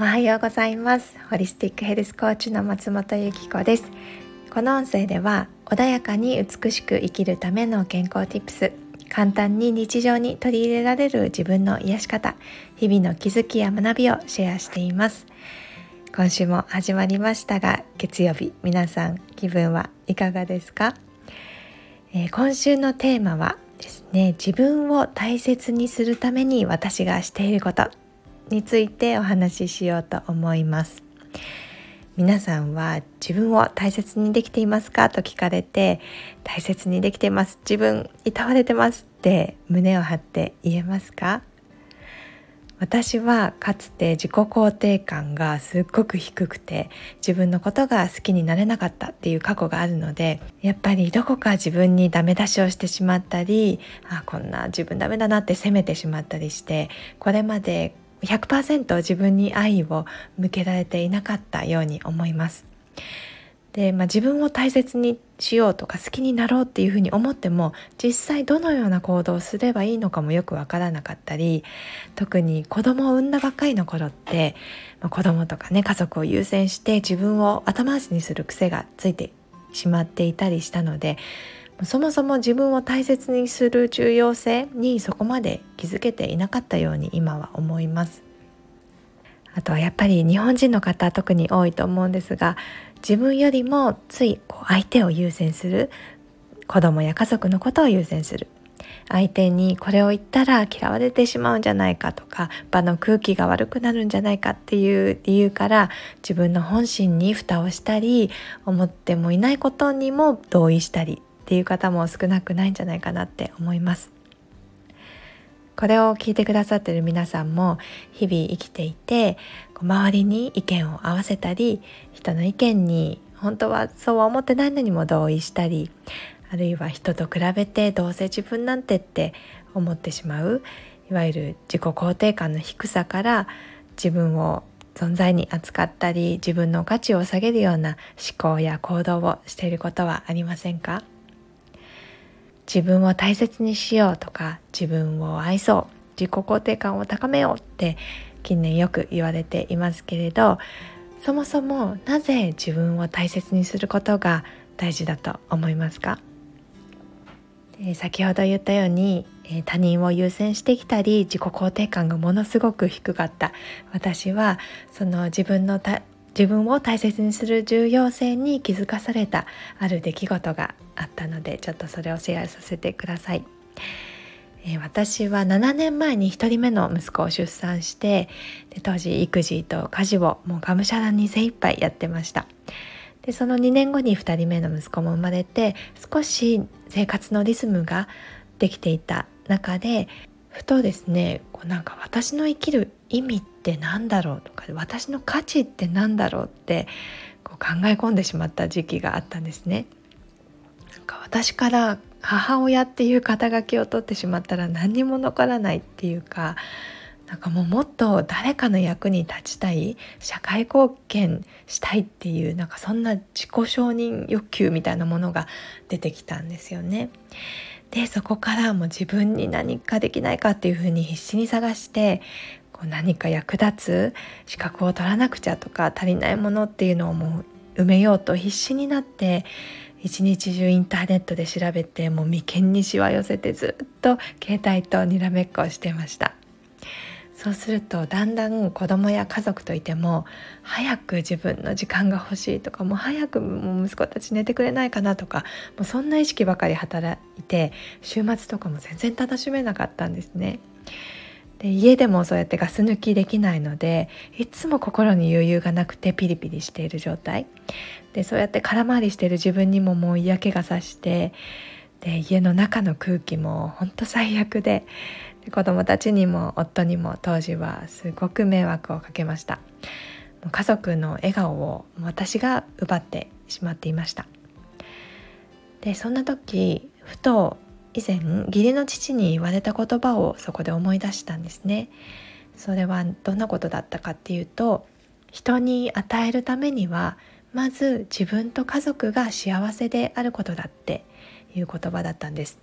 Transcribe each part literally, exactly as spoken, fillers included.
おはようございます。ホリスティックヘルスコーチの松本由紀子です。この音声では穏やかに美しく生きるための健康 Tips、 簡単に日常に取り入れられる自分の癒し方、日々の気づきや学びをシェアしています。今週も始まりましたが、月曜日、皆さん気分はいかがですか？えー、今週のテーマはですね、自分を大切にするために私がしていることについてお話ししようと思います。皆さんは自分を大切にできていますかと聞かれて、大切にできています、自分いたわれてますって胸を張って言えますか？私はかつて自己肯定感がすっごく低くて、自分のことが好きになれなかったっていう過去があるので、やっぱりどこか自分にダメ出しをしてしまったり、あ、こんな自分ダメだなって責めてしまったりして、これまで ひゃくパーセント 自分に愛を向けられていなかったように思います。で、まあ、自分を大切にしようとか好きになろうっていうふうに思っても、実際どのような行動をすればいいのかもよくわからなかったり、特に子供を産んだばっかりの頃って、まあ、子供とかね、家族を優先して自分を後回しにする癖がついてしまっていたりしたので、そもそも自分を大切にする重要性にそこまで気づけていなかったように今は思います。あとはやっぱり日本人の方特に多いと思うんですが、自分よりもついこう相手を優先する、子供や家族のことを優先する、相手にこれを言ったら嫌われてしまうんじゃないかとか、場の空気が悪くなるんじゃないかっていう理由から自分の本心に蓋をしたり、思ってもいないことにも同意したりっていう方も少なくないんじゃないかなって思います。これを聞いてくださっている皆さんも日々生きていて、周りに意見を合わせたり、人の意見に本当はそうは思ってないのにも同意したり、あるいは人と比べてどうせ自分なんてって思ってしまう、いわゆる自己肯定感の低さから自分を存在に扱ったり、自分の価値を下げるような思考や行動をしていることはありませんか？自分を大切にしようとか、自分を愛そう、自己肯定感を高めようって近年よく言われていますけれど、そもそもなぜ自分を大切にすることが大事だと思いますか？で、先ほど言ったように、え他人を優先してきたり、自己肯定感がものすごく低かった私は、その自分のた自分を大切にする重要性に気づかされたある出来事があったので、ちょっとそれをシェアさせてください。えー、私はななねんまえにひとりめの息子を出産して、で当時育児と家事をもうがむしゃらに精一杯やってました。でそのにねんごにふたりめの息子も生まれて、少し生活のリズムができていた中で、ふとですね、こうなんか私の生きる意味って何だろうとか、私の価値って何だろうってこう考え込んでしまった時期があったんですね。なんか私から母親っていう肩書きを取ってしまったら何にも残らないっていうか、なんかもうもっと誰かの役に立ちたい、社会貢献したいっていう、なんかそんな自己承認欲求みたいなものが出てきたんですよね。でそこからも自分に何かできないかっていうふうに必死に探して、こう何か役立つ資格を取らなくちゃとか、足りないものっていうのをもう埋めようと必死になって、一日中インターネットで調べて、もう眉間にしわ寄せてずっと携帯とにらめっこをしてました。そうするとだんだん子供や家族といても、早く自分の時間が欲しいとか、もう早くもう息子たち寝てくれないかなとか、もうそんな意識ばかり働いて、週末とかも全然楽しめなかったんですね。で家でもそうやってガス抜きできないので、いつも心に余裕がなくてピリピリしている状態で、そうやって空回りしている自分にももう嫌気がさして、で家の中の空気も本当最悪で、で子供たちにも夫にも当時はすごく迷惑をかけました。もう家族の笑顔を私が奪ってしまっていました。でそんな時、ふと以前義理の父に言われた言葉をそこで思い出したんですね。それはどんなことだったかっていうと、人に与えるためにはまず自分と家族が幸せであることだっていう言葉だったんです。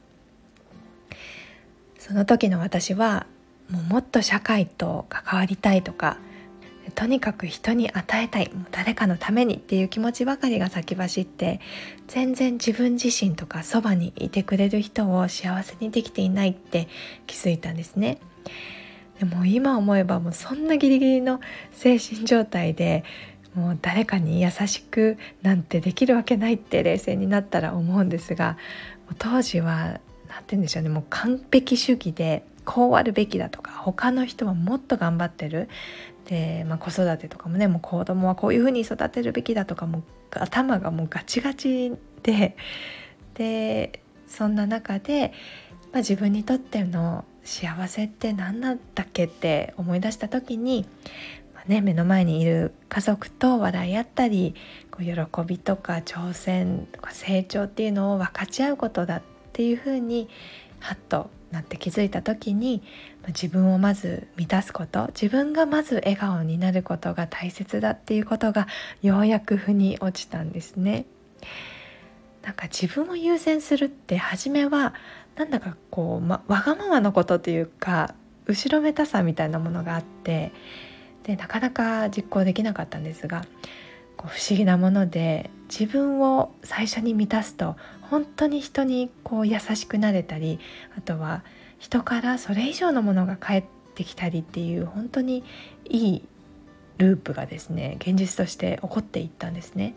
その時の私はもうもっと社会と関わりたいとか、 とにかく人に与えたい、もう誰かのためにっていう気持ちばかりが先走って、全然自分自身とかそばにいてくれる人を幸せにできていないって気づいたんですね。でも今思えばもうそんなギリギリの精神状態でもう誰かに優しくなんてできるわけないって冷静になったら思うんですが、当時はなんて言うんでしょうね、もう完璧主義でこうあるべきだとか、他の人はもっと頑張ってるで、まあ、子育てとかもね、もう子供はこういうふうに育てるべきだとか、もう頭がもうガチガチででそんな中で、まあ、自分にとっての幸せって何なんだっけって思い出した時に、まあね、目の前にいる家族と笑い合ったり、こう喜びとか挑戦とか成長っていうのを分かち合うことだっていうふうにハッとなって気づいた時に、自分をまず満たすこと、自分がまず笑顔になることが大切だっていうことがようやく腑に落ちたんですね。なんか自分を優先するって初めはなんだかこう、ま、わがままのことというか後ろめたさみたいなものがあって、でなかなか実行できなかったんですが、こう不思議なもので、自分を最初に満たすと本当に人にこう優しくなれたり、あとは人からそれ以上のものが返ってきたりっていう、本当にいいループがですね、現実として起こっていったんですね。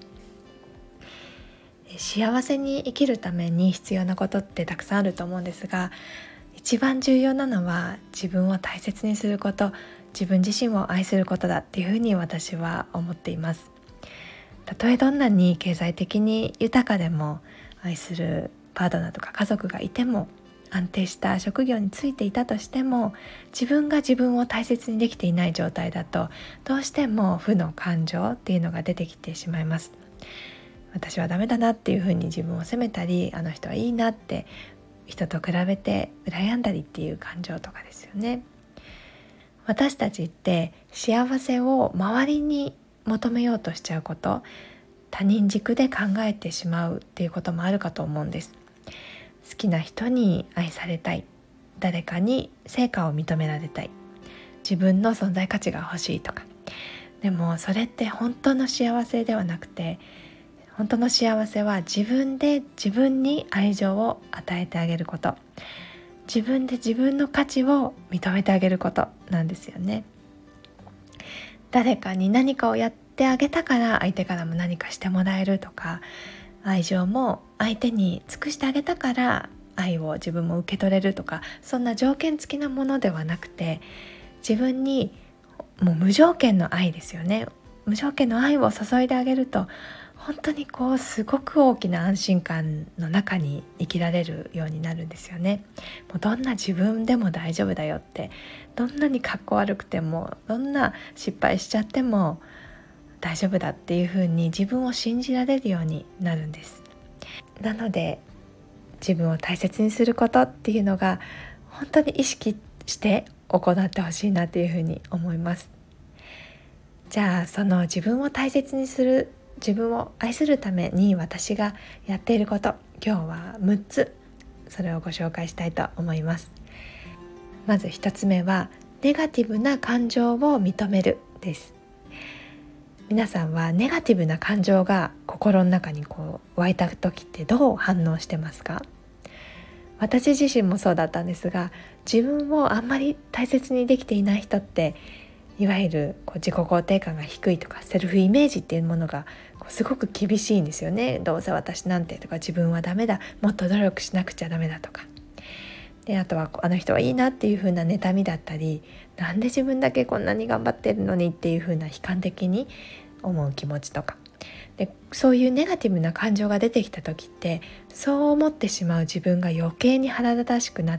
幸せに生きるために必要なことってたくさんあると思うんですが、一番重要なのは自分を大切にすること、自分自身を愛することだっていうふうに私は思っています。たとえどんなに経済的に豊かでも、愛するパートナーとか家族がいても、安定した職業に就いていたとしても、自分が自分を大切にできていない状態だと、どうしても負の感情っていうのが出てきてしまいます。私はダメだなっていうふうに自分を責めたり、あの人はいいなって人と比べて羨んだりっていう感情とかですよね。私たちって幸せを周りに求めようとしちゃうこと、他人軸で考えてしまうっていうこともあるかと思うんです。好きな人に愛されたい、誰かに成果を認められたい、自分の存在価値が欲しいとか。でもそれって本当の幸せではなくて、本当の幸せは自分で自分に愛情を与えてあげること、自分で自分の価値を認めてあげることなんですよね。誰かに何かをやってあげたから相手からも何かしてもらえるとか、愛情も相手に尽くしてあげたから愛を自分も受け取れるとか、そんな条件付きなものではなくて、自分にもう無条件の愛ですよね。無条件の愛を注いであげると、本当にこうすごく大きな安心感の中に生きられるようになるんですよね。もうどんな自分でも大丈夫だよって、どんなにかっこ悪くても、どんな失敗しちゃっても大丈夫だっていう風に自分を信じられるようになるんです。なので自分を大切にすることっていうのが本当に意識して行ってほしいなというふうに思います。じゃあその自分を大切にする、自分を愛するために私がやっていること、今日はむっつ、それをご紹介したいと思います。まずひとつめはネガティブな感情を認めるです。皆さんはネガティブな感情が心の中にこう湧いた時ってどう反応してますか？私自身もそうだったんですが、自分をあんまり大切にできていない人って、いわゆるこう自己肯定感が低いとかセルフイメージっていうものがこうすごく厳しいんですよね。どうせ私なんてとか、自分はダメだ、もっと努力しなくちゃダメだとか。であとはあの人はいいなっていう風な妬みだったり、なんで自分だけこんなに頑張ってるのにっていう風な悲観的に思う気持ちとかで、そういうネガティブな感情が出てきた時って、そう思ってしまう自分が余計に腹立たしくなって、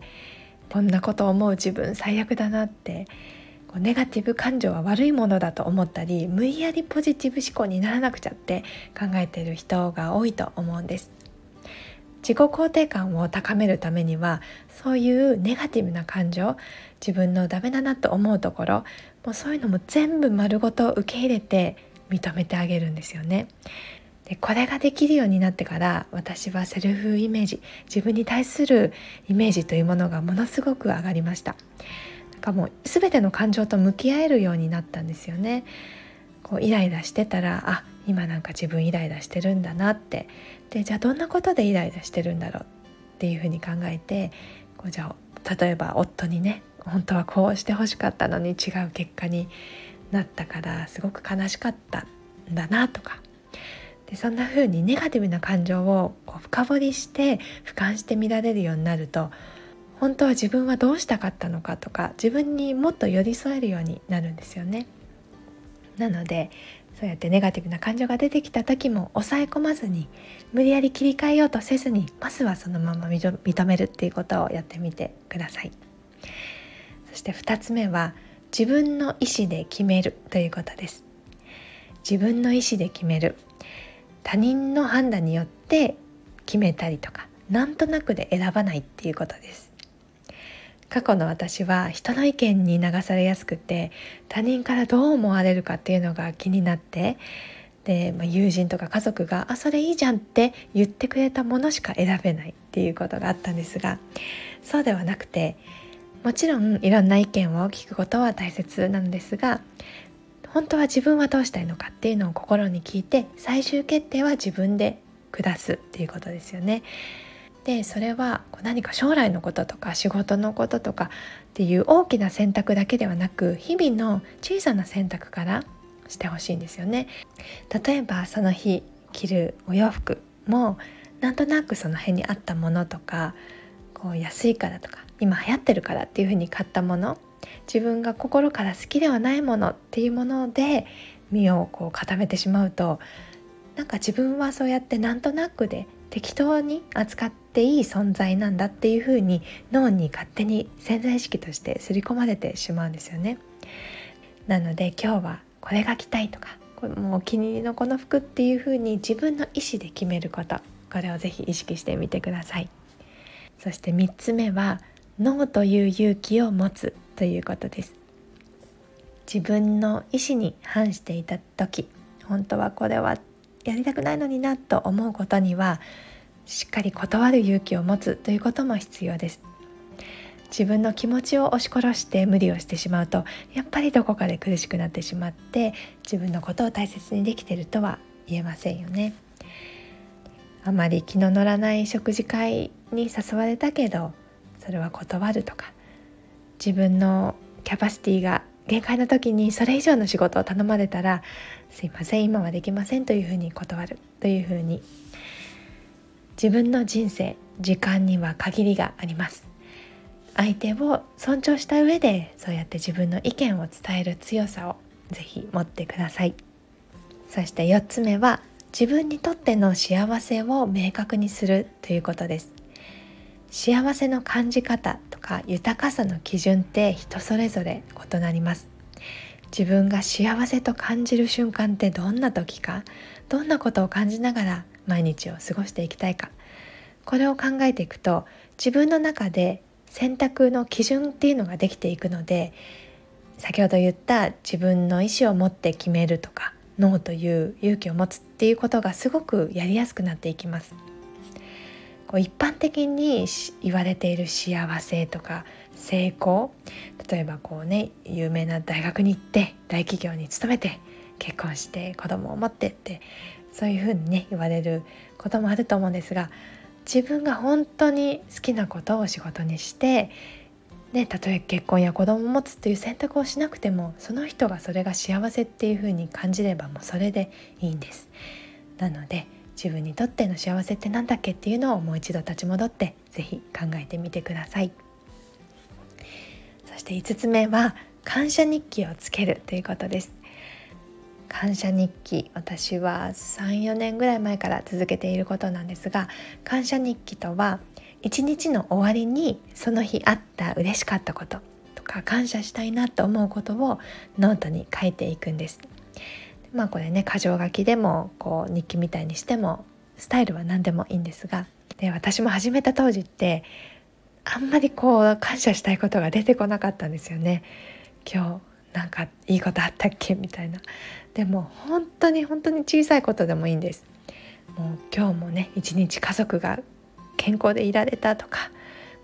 こんなことを思う自分最悪だなって、こうネガティブ感情は悪いものだと思ったり、無理やりポジティブ思考にならなくちゃって考えている人が多いと思うんです。自己肯定感を高めるためには、そういうネガティブな感情、自分のダメだなと思うところ、もうそういうのも全部丸ごと受け入れて認めてあげるんですよね。でこれができるようになってから、私はセルフイメージ、自分に対するイメージというものがものすごく上がりました。 かもう全ての感情と向き合えるようになったんですよね。こうイライラしてたら、あ、今なんか自分イライラしてるんだなって、でじゃあどんなことでイライラしてるんだろうっていうふうに考えて、こうじゃあ例えば夫にね、本当はこうしてほしかったのに違う結果になったからすごく悲しかったんだなとか、でそんな風にネガティブな感情をこう深掘りして俯瞰して見られるようになると、本当は自分はどうしたかったのかとか、自分にもっと寄り添えるようになるんですよね。なのでそうやってネガティブな感情が出てきた時も抑え込まずに、無理やり切り替えようとせずに、まずはそのまま認めるっていうことをやってみてください。そしてふたつめは、自分の意思で決めるということです。自分の意思で決める、他人の判断によって決めたりとか、なんとなくで選ばないっていうことです。過去の私は人の意見に流されやすくて、他人からどう思われるかっていうのが気になって、で、まあ、友人とか家族があそれいいじゃんって言ってくれたものしか選べないっていうことがあったんですが、そうではなくて、もちろんいろんな意見を聞くことは大切なんですが、本当は自分はどうしたいのかっていうのを心に聞いて、最終決定は自分で下すっていうことですよね。でそれは何か将来のこととか仕事のこととかっていう大きな選択だけではなく、日々の小さな選択からしてほしいんですよね。例えばその日着るお洋服も、なんとなくその辺にあったものとか、こう安いからとか今流行ってるからっていう風に買ったもの、自分が心から好きではないものっていうもので身をこう固めてしまうと、なんか自分はそうやってなんとなくで適当に扱っていい存在なんだっていう風に脳に勝手に潜在意識として刷り込まれてしまうんですよね。なので今日はこれが着たいとか、これもうお気に入りのこの服っていう風に自分の意思で決めること、これをぜひ意識してみてください。そしてみっつめは、ノーという勇気を持つということです。自分の意思に反していた時、本当はこれはやりたくないのになと思うことには、しっかり断る勇気を持つということも必要です。自分の気持ちを押し殺して無理をしてしまうと、やっぱりどこかで苦しくなってしまって、自分のことを大切にできているとは言えませんよね。あまり気の乗らない食事会に誘われたけど、それは断るとか、自分のキャパシティが限界の時にそれ以上の仕事を頼まれたら、すいません今はできませんというふうに断るというふうに、自分の人生時間には限りがあります。相手を尊重した上で、そうやって自分の意見を伝える強さをぜひ持ってください。そしてよっつめは、自分にとっての幸せを明確にするということです。幸せの感じ方とか豊かさの基準って人それぞれ異なります。自分が幸せと感じる瞬間ってどんな時か、どんなことを感じながら毎日を過ごしていきたいか、これを考えていくと、自分の中で選択の基準っていうのができていくので、先ほど言った自分の意思を持って決めるとか、ノーという勇気を持つっていうことがすごくやりやすくなっていきます。こう一般的に言われている幸せとか成功、例えばこうね、有名な大学に行って大企業に勤めて結婚して子供を持ってって、そういうふうにね言われることもあると思うんですが、自分が本当に好きなことを仕事にして、ね、たとえ結婚や子供を持つっていう選択をしなくても、その人がそれが幸せっていうふうに感じればもうそれでいいんです。なので自分にとっての幸せってなんだっけっていうのをもう一度立ち戻ってぜひ考えてみてください。そしていつつめは、感謝日記をつけるということです。感謝日記、私は さん,よ 年ぐらい前から続けていることなんですが、感謝日記とは一日の終わりにその日あった嬉しかったこととか感謝したいなと思うことをノートに書いていくんです。まあこれね、箇条書きでもこう日記みたいにしても、スタイルは何でもいいんですが、で私も始めた当時ってあんまりこう感謝したいことが出てこなかったんですよね。今日なんかいいことあったっけみたいな。でも本当に本当に小さいことでもいいんです。もう今日もね一日家族が健康でいられたとか、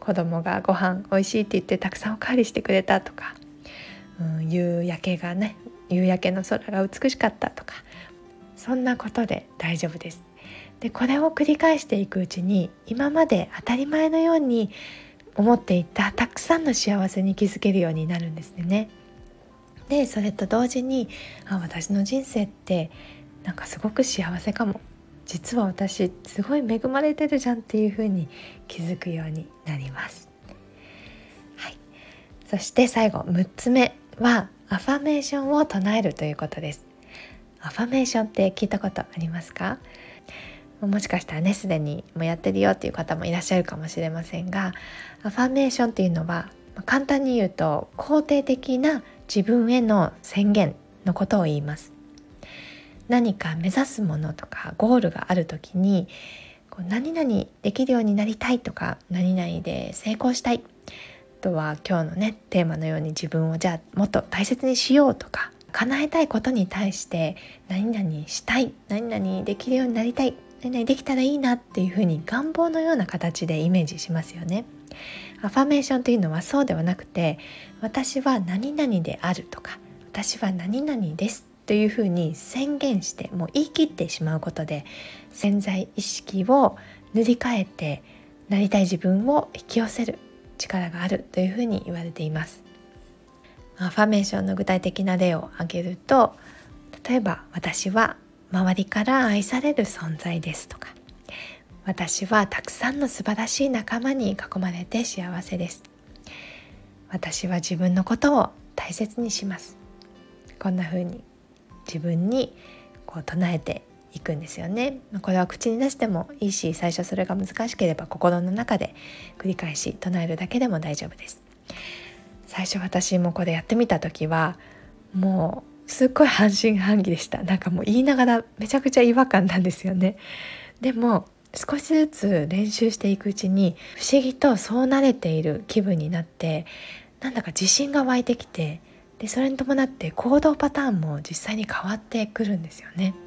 子供がご飯おいしいって言ってたくさんおかわりしてくれたとか、うん、夕焼けがね夕焼けの空が美しかったとか、そんなことで大丈夫です。でこれを繰り返していくうちに、今まで当たり前のように思っていたたくさんの幸せに気づけるようになるんですね。でそれと同時に、あ、私の人生ってなんかすごく幸せかも、実は私すごい恵まれてるじゃんっていう風に気づくようになります。はい、そして最後むっつめはアファメーションを唱えるということです。アファメーションって聞いたことありますか？もしかしたらねすでにもうやってるよっていう方もいらっしゃるかもしれませんが、アファメーションっていうのは簡単に言うと肯定的な自分への宣言のことを言います。何か目指すものとかゴールがあるときに、こう何々できるようになりたいとか、何々で成功したい、あとは今日のねテーマのように自分をじゃあもっと大切にしようとか、叶えたいことに対して何々したい、何々できるようになりたい、何々できたらいいなっていうふうに願望のような形でイメージしますよね。アファメーションというのはそうではなくて、私は何々であるとか、私は何々ですというふうに宣言して、もう言い切ってしまうことで、潜在意識を塗り替えてなりたい自分を引き寄せる力があるというふうに言われています。アファメーションの具体的な例を挙げると、例えば私は周りから愛される存在ですとか、私はたくさんの素晴らしい仲間に囲まれて幸せです、私は自分のことを大切にします、こんな風に自分にこう唱えていくんですよね。これは口に出してもいいし、最初それが難しければ心の中で繰り返し唱えるだけでも大丈夫です。最初私もこれやってみた時はもうすっごい半信半疑でした。なんかもう言いながらめちゃくちゃ違和感なんですよね。でも少しずつ練習していくうちに不思議とそう慣れている気分になって、なんだか自信が湧いてきて、でそれに伴って行動パターンも実際に変わってくるんですよね。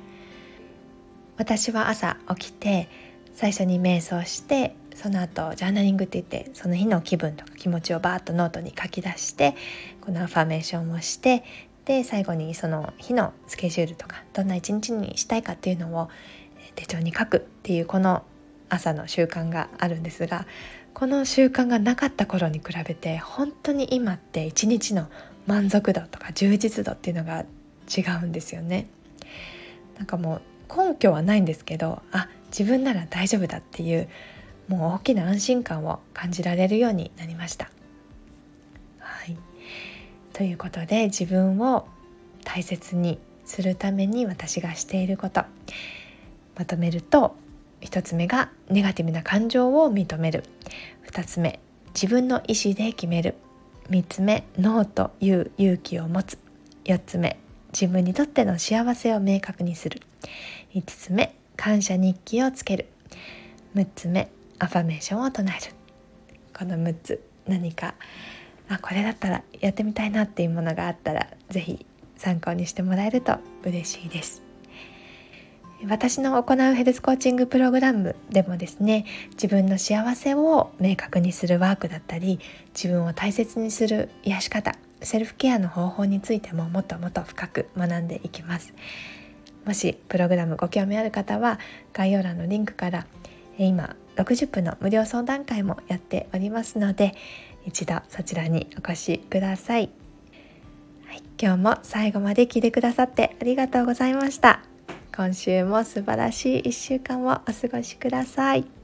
私は朝起きて最初に瞑想して、その後ジャーナリングって言ってその日の気分とか気持ちをバーッとノートに書き出して、このアファメーションをして、で最後にその日のスケジュールとかどんな一日にしたいかっていうのを手帳に書くっていうこの朝の習慣があるんですが、この習慣がなかった頃に比べて本当に今って一日の満足度とか充実度っていうのが違うんですよね。なんかもう根拠はないんですけど、あ、自分なら大丈夫だっていうもう大きな安心感を感じられるようになりました。はい、ということで自分を大切にするために私がしていること、まとめると、一つ目がネガティブな感情を認める、二つ目自分の意思で決める、三つ目ノーという勇気を持つ、四つ目自分にとっての幸せを明確にする、五つ目感謝日記をつける、六つ目アファメーションを唱える。このむっつ、何かあこれだったらやってみたいなっていうものがあったら、ぜひ参考にしてもらえると嬉しいです。私の行うヘルスコーチングプログラムでもですね、自分の幸せを明確にするワークだったり、自分を大切にする癒し方、セルフケアの方法についてももっともっと深く学んでいきます。もしプログラムご興味ある方は概要欄のリンクから今ろくじゅっぷんの無料相談会もやっておりますので、一度そちらにお越しください。はい、今日も最後まで聞いてくださってありがとうございました。今週も素晴らしいいっしゅうかんをお過ごしください。